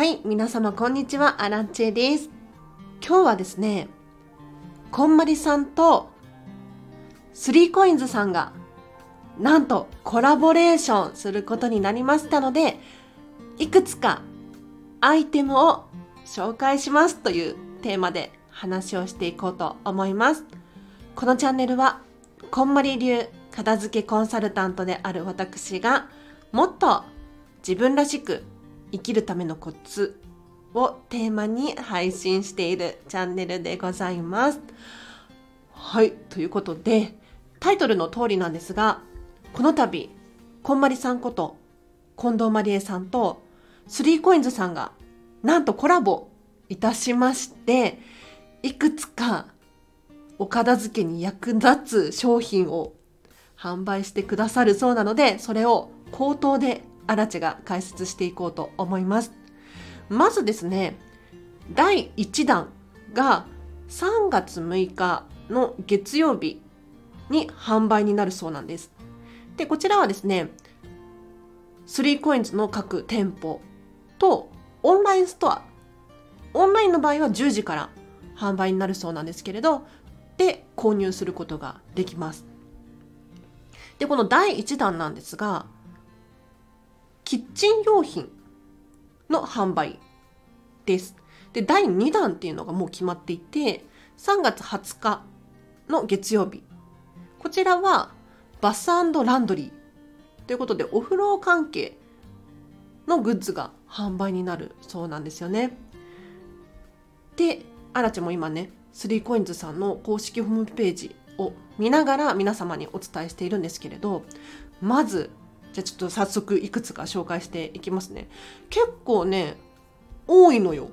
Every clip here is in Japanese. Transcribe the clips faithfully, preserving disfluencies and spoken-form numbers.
はい、皆様こんにちは、アランチェです。今日はですね、こんまりさんとスリーコインズさんがなんとコラボレーションすることになりましたので、いくつかアイテムを紹介しますというテーマで話をしていこうと思います。このチャンネルはこんまり流片付けコンサルタントである私がもっと自分らしく生きるためのコツをテーマに配信しているチャンネルでございます。はい、ということでタイトルの通りなんですが、この度こんまりさんこと近藤まりえさんとスリーコインズさんがなんとコラボいたしまして、いくつかお片付けに役立つ商品を販売してくださるそうなので、それを口頭でアラチェが解説していこうと思います。まずですね、だいいちだんがさんがつむいかの月曜日に販売になるそうなんです。で、こちらはですね、スリーコインズの各店舗とオンラインストア、オンラインの場合はじゅうじから販売になるそうなんですけれど、で購入することができます。で、このだいいちだんなんですが、キッチン用品の販売です。で、だいにだんっていうのがもう決まっていて、さんがつはつかの月曜日、こちらはバス&ランドリーということで、お風呂関係のグッズが販売になるそうなんですよね。で、アラチェも今ね、スリーコインズさんの公式ホームページを見ながら皆様にお伝えしているんですけれど、まずじゃあちょっと早速いくつか紹介していきますね。結構ね、多いのよ。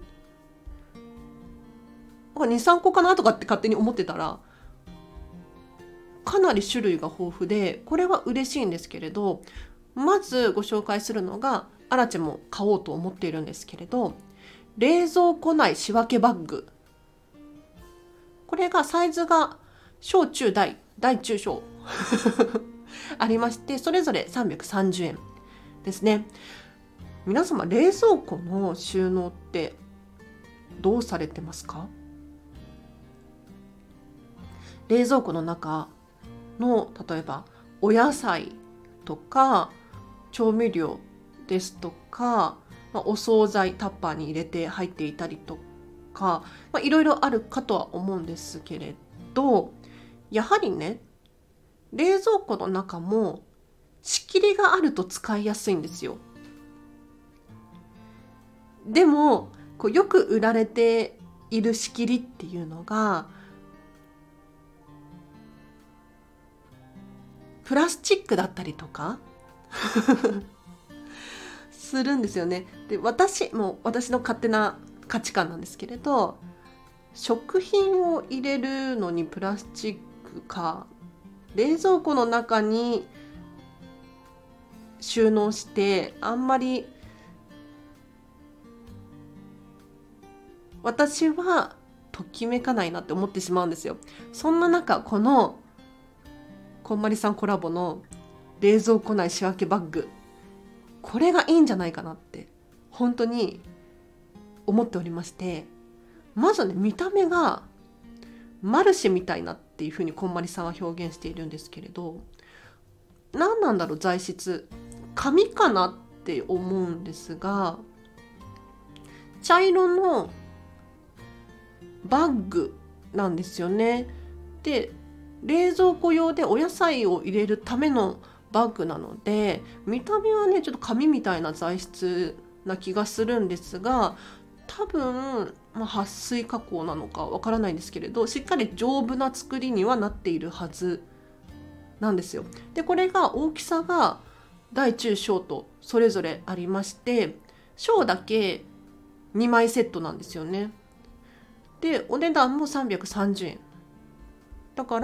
に、さんこかなとかって勝手に思ってたら、かなり種類が豊富で、これは嬉しいんですけれど、まずご紹介するのが、アラチェも買おうと思っているんですけれど、冷蔵庫内仕分けバッグ。これがサイズが小中大、大中小ありまして、それぞれさんびゃくさんじゅうえんですね。皆様、冷蔵庫の収納ってどうされてますか？冷蔵庫の中の、例えばお野菜とか調味料ですとか、まあ、お惣菜タッパーに入れて入っていたりとか、まあ、いろいろあるかとは思うんですけれど、やはりね、冷蔵庫の中も仕切りがあると使いやすいんですよ。でもこうよく売られている仕切りっていうのがプラスチックだったりとかするんですよね。で、私も私の勝手な価値観なんですけれど、食品を入れるのにプラスチックか、冷蔵庫の中に収納してあんまり私はときめかないなって思ってしまうんですよ。そんな中、このこんまりさんコラボの冷蔵庫内仕分けバッグ、これがいいんじゃないかなって本当に思っておりまして、まずね、見た目がマルシェみたいなっていうふうにこんまりさんは表現しているんですけれど、何なんだろう、材質紙かなって思うんですが、茶色のバッグなんですよね。で、冷蔵庫用でお野菜を入れるためのバッグなので、見た目はね、ちょっと紙みたいな材質な気がするんですが、多分、まあ、撥水加工なのかわからないんですけれど、しっかり丈夫な作りにはなっているはずなんですよ。で、これが大きさが大中小とそれぞれありまして、小だけにまいセットなんですよね。で、お値段もさんびゃくさんじゅうえんだから、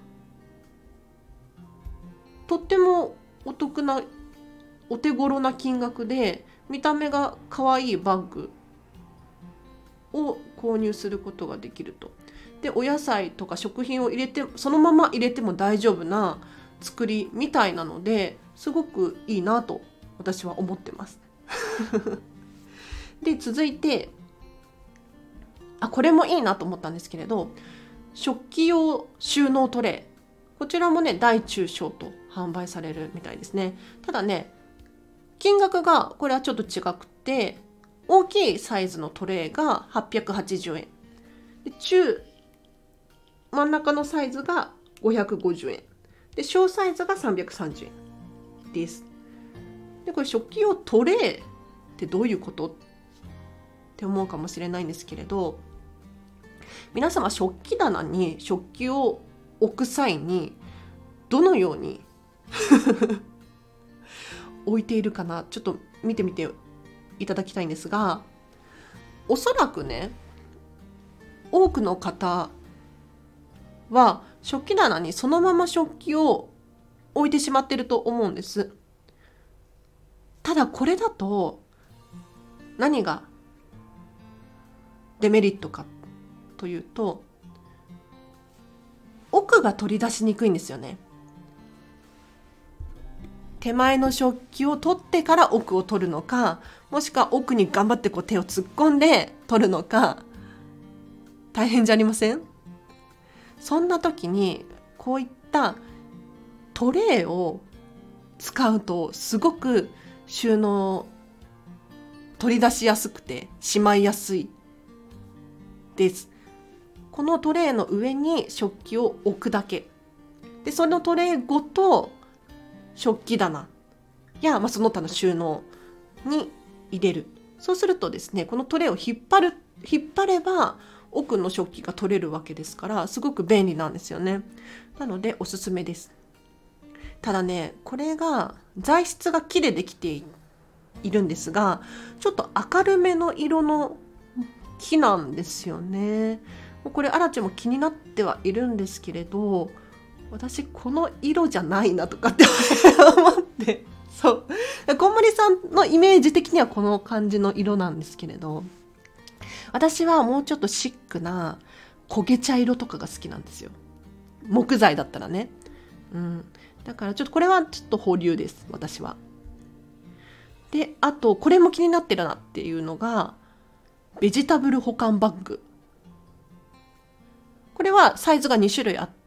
とってもお得な、お手頃な金額で、見た目が可愛いバッグを購入することができると。で、お野菜とか食品を入れて、そのまま入れても大丈夫な作りみたいなので、すごくいいなと私は思ってますで、続いて、あ、これもいいなと思ったんですけれど、食器用収納トレイ。こちらもね、大中小と販売されるみたいですね。ただね、金額がこれはちょっと違くて、大きいサイズのトレイがはっぴゃくはちじゅうえん。で、中、真ん中のサイズがごひゃくごじゅうえん。で、小サイズがさんびゃくさんじゅうえんです。で、これ食器用トレイってどういうことって思うかもしれないんですけれど、皆様食器棚に食器を置く際にどのように置いているかな、ちょっと見てみていただきたいんですが、おそらくね、多くの方は食器棚にそのまま食器を置いてしまっていると思うんです。ただこれだと何がデメリットかというと、奥が取り出しにくいんですよね。手前の食器を取ってから奥を取るのか、もしくは奥に頑張ってこう手を突っ込んで取るのか、大変じゃありません？そんな時にこういったトレイを使うとすごく収納取り出しやすくてしまいやすいです。このトレイの上に食器を置くだけで、そのトレイごと食器棚や、まあ、その他の収納に入れる。そうするとですね、このトレイを引っ張る引っ張れば奥の食器が取れるわけですから、すごく便利なんですよね。なのでおすすめです。ただね、これが材質が木でできているんですが、ちょっと明るめの色の木なんですよね。これアラチェも気になってはいるんですけれど、私この色じゃないなとかって思って、そうこんまりさんのイメージ的にはこの感じの色なんですけれど、私はもうちょっとシックな焦げ茶色とかが好きなんですよ。木材だったらね、うん、だからちょっとこれはちょっと保留です、私は。で、あとこれも気になってるなっていうのがベジタブル保管バッグ。これはサイズがに種類あって、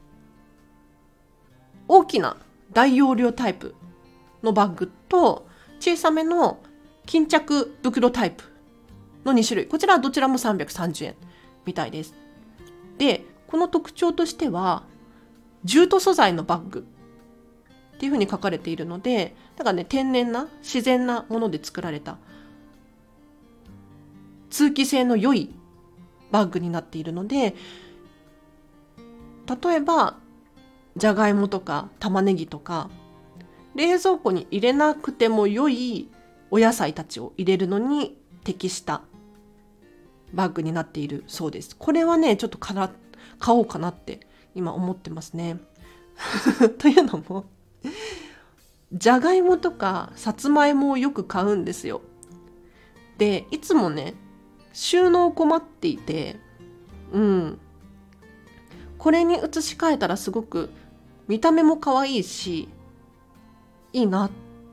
大きな大容量タイプのバッグと小さめの巾着袋タイプのに種類。こちらはどちらもさんびゃくさんじゅうえんみたいです。で、この特徴としてはジュート素材のバッグっていうふうに書かれているので、だからね、天然な自然なもので作られた通気性の良いバッグになっているので、例えばじゃがいもとか玉ねぎとか冷蔵庫に入れなくても良いお野菜たちを入れるのに適したバッグになっているそうです。これはね、ちょっとから買おうかなって今思ってますね。というのも、じゃがいもとかさつまいもをよく買うんですよ。で、いつもね、収納困っていて、うん、これに移し替えたらすごく見た目も可愛いしいいな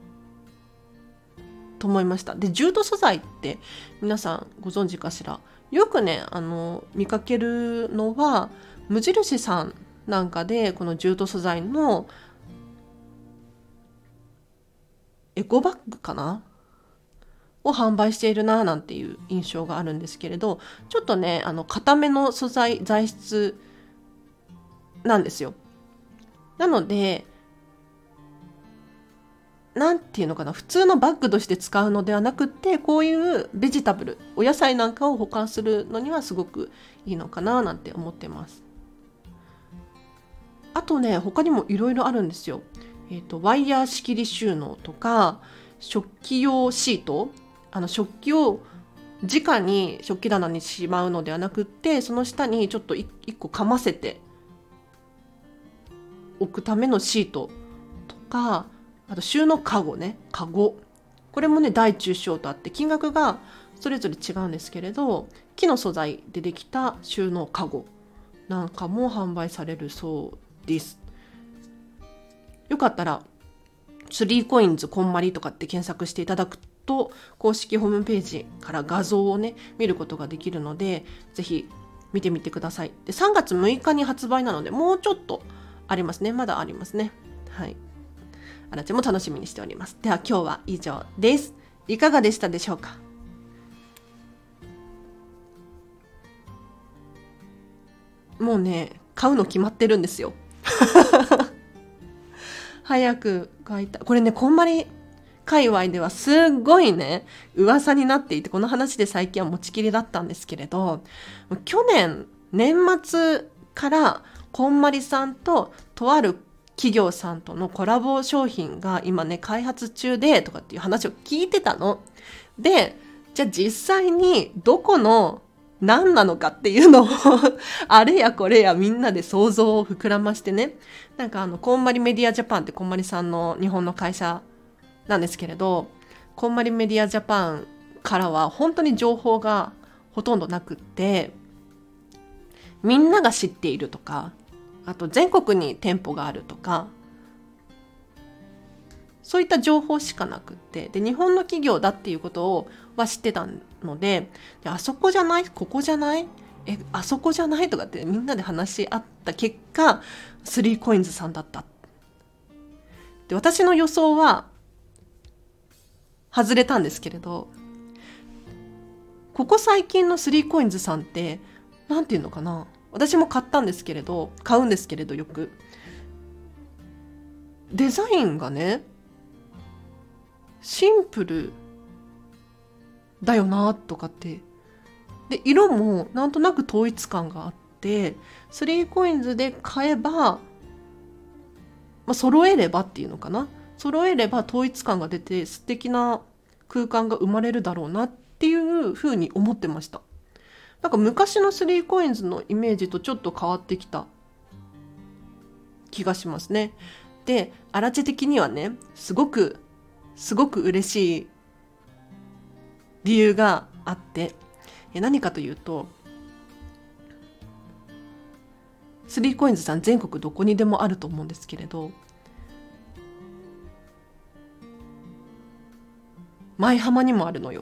と思いました。で、ジュート素材って皆さんご存知かしら。よくね、あの見かけるのは無印さんなんかで、このジュート素材のエコバッグかなを販売しているななんていう印象があるんですけれど、ちょっとね、あの固めの素材材質なんですよ。なので、なんていうのかな、普通のバッグとして使うのではなくって、こういうベジタブル、お野菜なんかを保管するのにはすごくいいのかななんて思ってます。あとね、他にもいろいろあるんですよ。えっと、ワイヤー仕切り収納とか、食器用シート、あの食器を直に食器棚にしまうのではなくって、その下にちょっと一個かませて置くためのシートとか、あと収納カゴね、カゴ。これもね、大中小とあって金額がそれぞれ違うんですけれど、木の素材でできた収納カゴなんかも販売されるそうです。よかったらスリーコインズこんまりとかって検索していただくと公式ホームページから画像をね見ることができるので、ぜひ見てみてください。でさんがつむいかに発売なので、もうちょっとありますね。まだありますね。はい。あらちも楽しみにしております。では今日は以上です。いかがでしたでしょうか。もうね、買うの決まってるんですよ。早く買いたい。これね、こんまり界隈ではすっごいね、噂になっていて、この話で最近は持ちきりだったんですけれど、去年、年末からこんまりさんととある企業さんとのコラボ商品が今ね、開発中でとかっていう話を聞いてたの。で、じゃあ実際にどこの何なのかっていうのをあれやこれやみんなで想像を膨らましてね、なんかあのこんまりメディアジャパンってこんまりさんの日本の会社なんですけれど、こんまりメディアジャパンからは本当に情報がほとんどなくって、みんなが知っているとか、あと全国に店舗があるとか、そういった情報しかなくって、で日本の企業だっていうことをは知ってたので、であそこじゃない、ここじゃない、えあそこじゃないとかってみんなで話し合った結果、スリーコインズさんだった。で私の予想は外れたんですけれど、ここ最近のスリーコインズさんってなんていうのかな、私も買ったんですけれど買うんですけれどよくデザインがねシンプルだよなとかって、で色もなんとなく統一感があって、スリーコインズで買えば、まあ、揃えればっていうのかな、揃えれば統一感が出て素敵な空間が生まれるだろうなっていうふうに思ってました。なんか昔のスリーコインズのイメージとちょっと変わってきた気がしますね。で、アラチェ的にはね、すごくすごく嬉しい理由があって、何かというと、スリーコインズさん全国どこにでもあると思うんですけれど、舞浜にもあるのよ。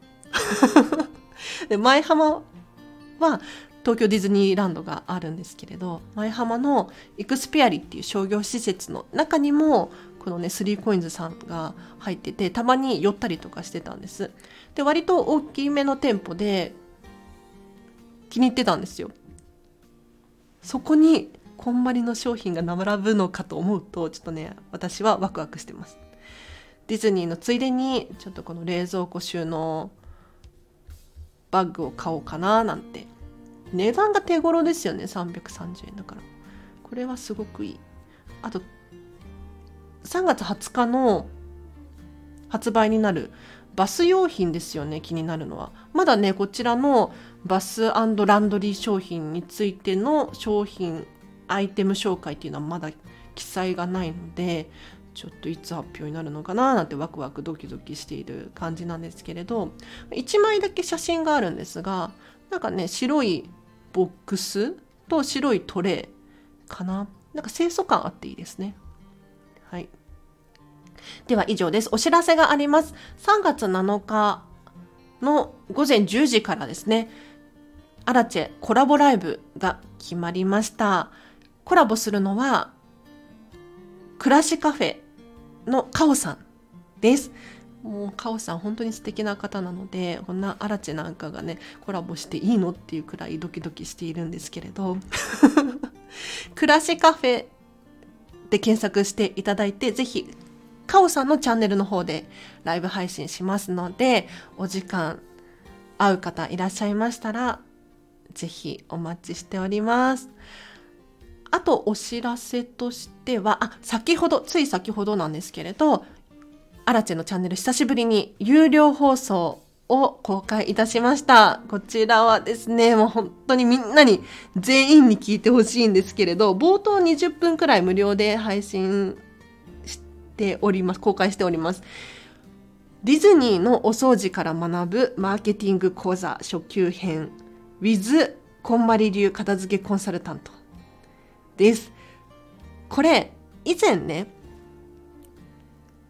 で舞浜は東京ディズニーランドがあるんですけれど、舞浜のイクスピアリっていう商業施設の中にもこのねスリーコインズさんが入ってて、たまに寄ったりとかしてたんです。で割と大きめの店舗で気に入ってたんですよ。そこにこんまりの商品が並ぶのかと思うと、ちょっとね私はワクワクしてます。ディズニーのついでにちょっとこの冷蔵庫収納バッグを買おうかななんて。値段が手頃ですよね。さんびゃくさんじゅうえんだから、これはすごくいい。あとさんがつはつかの発売になるバス用品ですよね。気になるのはまだねこちらのバス&ランドリー商品についての商品アイテム紹介っていうのはまだ記載がないので、ちょっといつ発表になるのかななんてワクワクドキドキしている感じなんですけれど、いちまいだけ写真があるんですが、なんかね白いボックスと白いトレーかな、なんか清楚感あっていいですね。はい、では以上です。お知らせがあります。さんがつなのかのごぜんじゅうじからですね、アラチェコラボライブが決まりました。コラボするのは暮らしカフェのカオさんです。もうカオさん本当に素敵な方なので、こんなアラチェなんかがねコラボしていいのっていうくらいドキドキしているんですけれど暮らしカフェで検索していただいて、ぜひカオさんのチャンネルの方でライブ配信しますので、お時間合う方いらっしゃいましたらぜひお待ちしております。あとお知らせとしては、あ、先ほどつい先ほどなんですけれど、アラチェのチャンネル久しぶりに有料放送を公開いたしました。こちらはですね、もう本当にみんなに全員に聞いてほしいんですけれど、冒頭にじゅっぷんくらい無料で配信しております、公開しております。ディズニーのお掃除から学ぶマーケティング講座初級編 with こんまり流片付けコンサルタントです。これ以前ね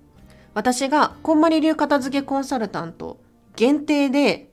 私がこんまり流片付けコンサルタント限定で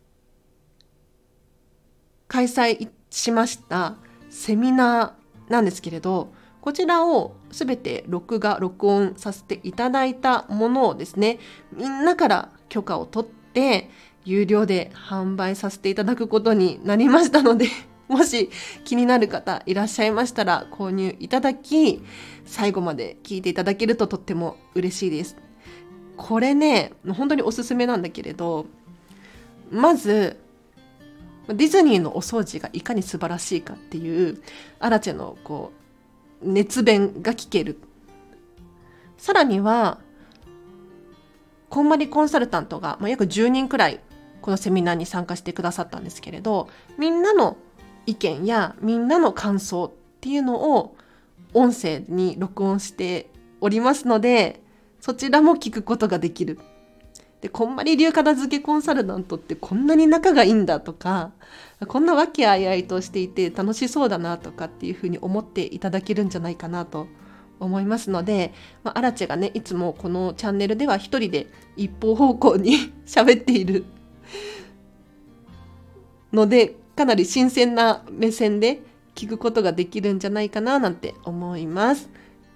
開催しましたセミナーなんですけれど、こちらをすべて録画録音させていただいたものをですね、みんなから許可を取って有料で販売させていただくことになりましたので、もし気になる方いらっしゃいましたら購入いただき、最後まで聞いていただけるととっても嬉しいです。これね、本当におすすめなんだけれど、まずディズニーのお掃除がいかに素晴らしいかっていうアラチェのこう熱弁が聞ける。さらにはこんまりコンサルタントが、まあ、約じゅうにんくらいこのセミナーに参加してくださったんですけれど、みんなの意見やみんなの感想っていうのを音声に録音しておりますので、そちらも聞くことができる。で、こんまり流片付けコンサルタントってこんなに仲がいいんだとか、こんな和気あいあいとしていて楽しそうだなとかっていうふうに思っていただけるんじゃないかなと思いますので、まあ、アラチェがね、いつもこのチャンネルでは一人で一方方向に喋っているので、かなり新鮮な目線で聞くことができるんじゃないかななんて思います。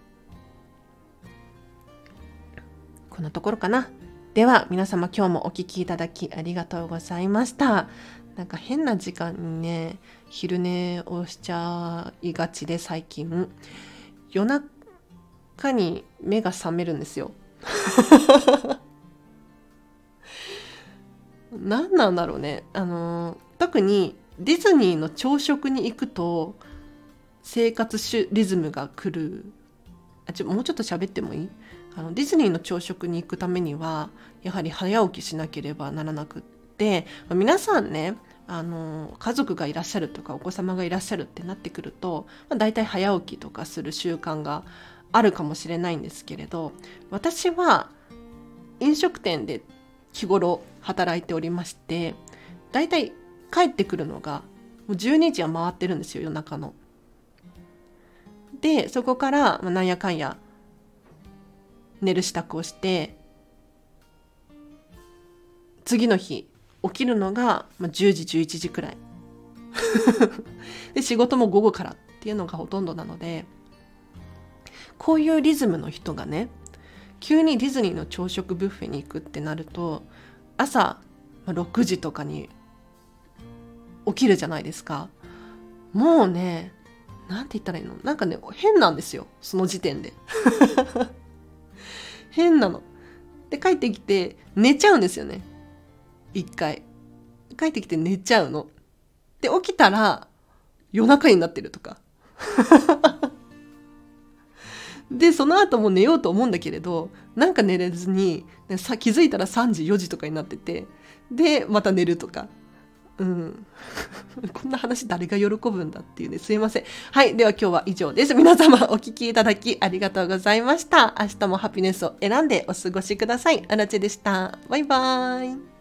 こんなところかな。では皆様、今日もお聞きいただきありがとうございました。なんか変な時間にね、昼寝をしちゃいがちで、最近夜中に目が覚めるんですよ。何なんだろうね。あの特にディズニーの朝食に行くと生活リズムが来る。あ、ちょもうちょっと喋ってもいい？あのディズニーの朝食に行くためにはやはり早起きしなければならなくって、皆さんね、あの家族がいらっしゃるとかお子様がいらっしゃるってなってくると、まあ、だいたい早起きとかする習慣があるかもしれないんですけれど、私は飲食店で日頃働いておりまして、だいたい帰ってくるのがもうじゅうにじは回ってるんですよ、夜中の。でそこからなんやかんや寝る支度をして、次の日起きるのがじゅうじじゅういちじくらいで仕事も午後からっていうのがほとんどなので、こういうリズムの人がね、急にディズニーの朝食ブッフェに行くってなると、朝ろくじとかに起きるじゃないですか。もうね、なんて言ったらいいの、なんかね、変なんですよ、その時点で変なので、帰ってきて寝ちゃうんですよね。一回帰ってきて寝ちゃうので、起きたら夜中になってるとかでその後も寝ようと思うんだけれど、なんか寝れずにさ気づいたらさんじよじとかになってて、でまた寝るとか、うんこんな話誰が喜ぶんだっていうね、すいません。はい、では今日は以上です。皆様お聞きいただきありがとうございました。明日もハピネスを選んでお過ごしください。アラチェでした。バイバーイ。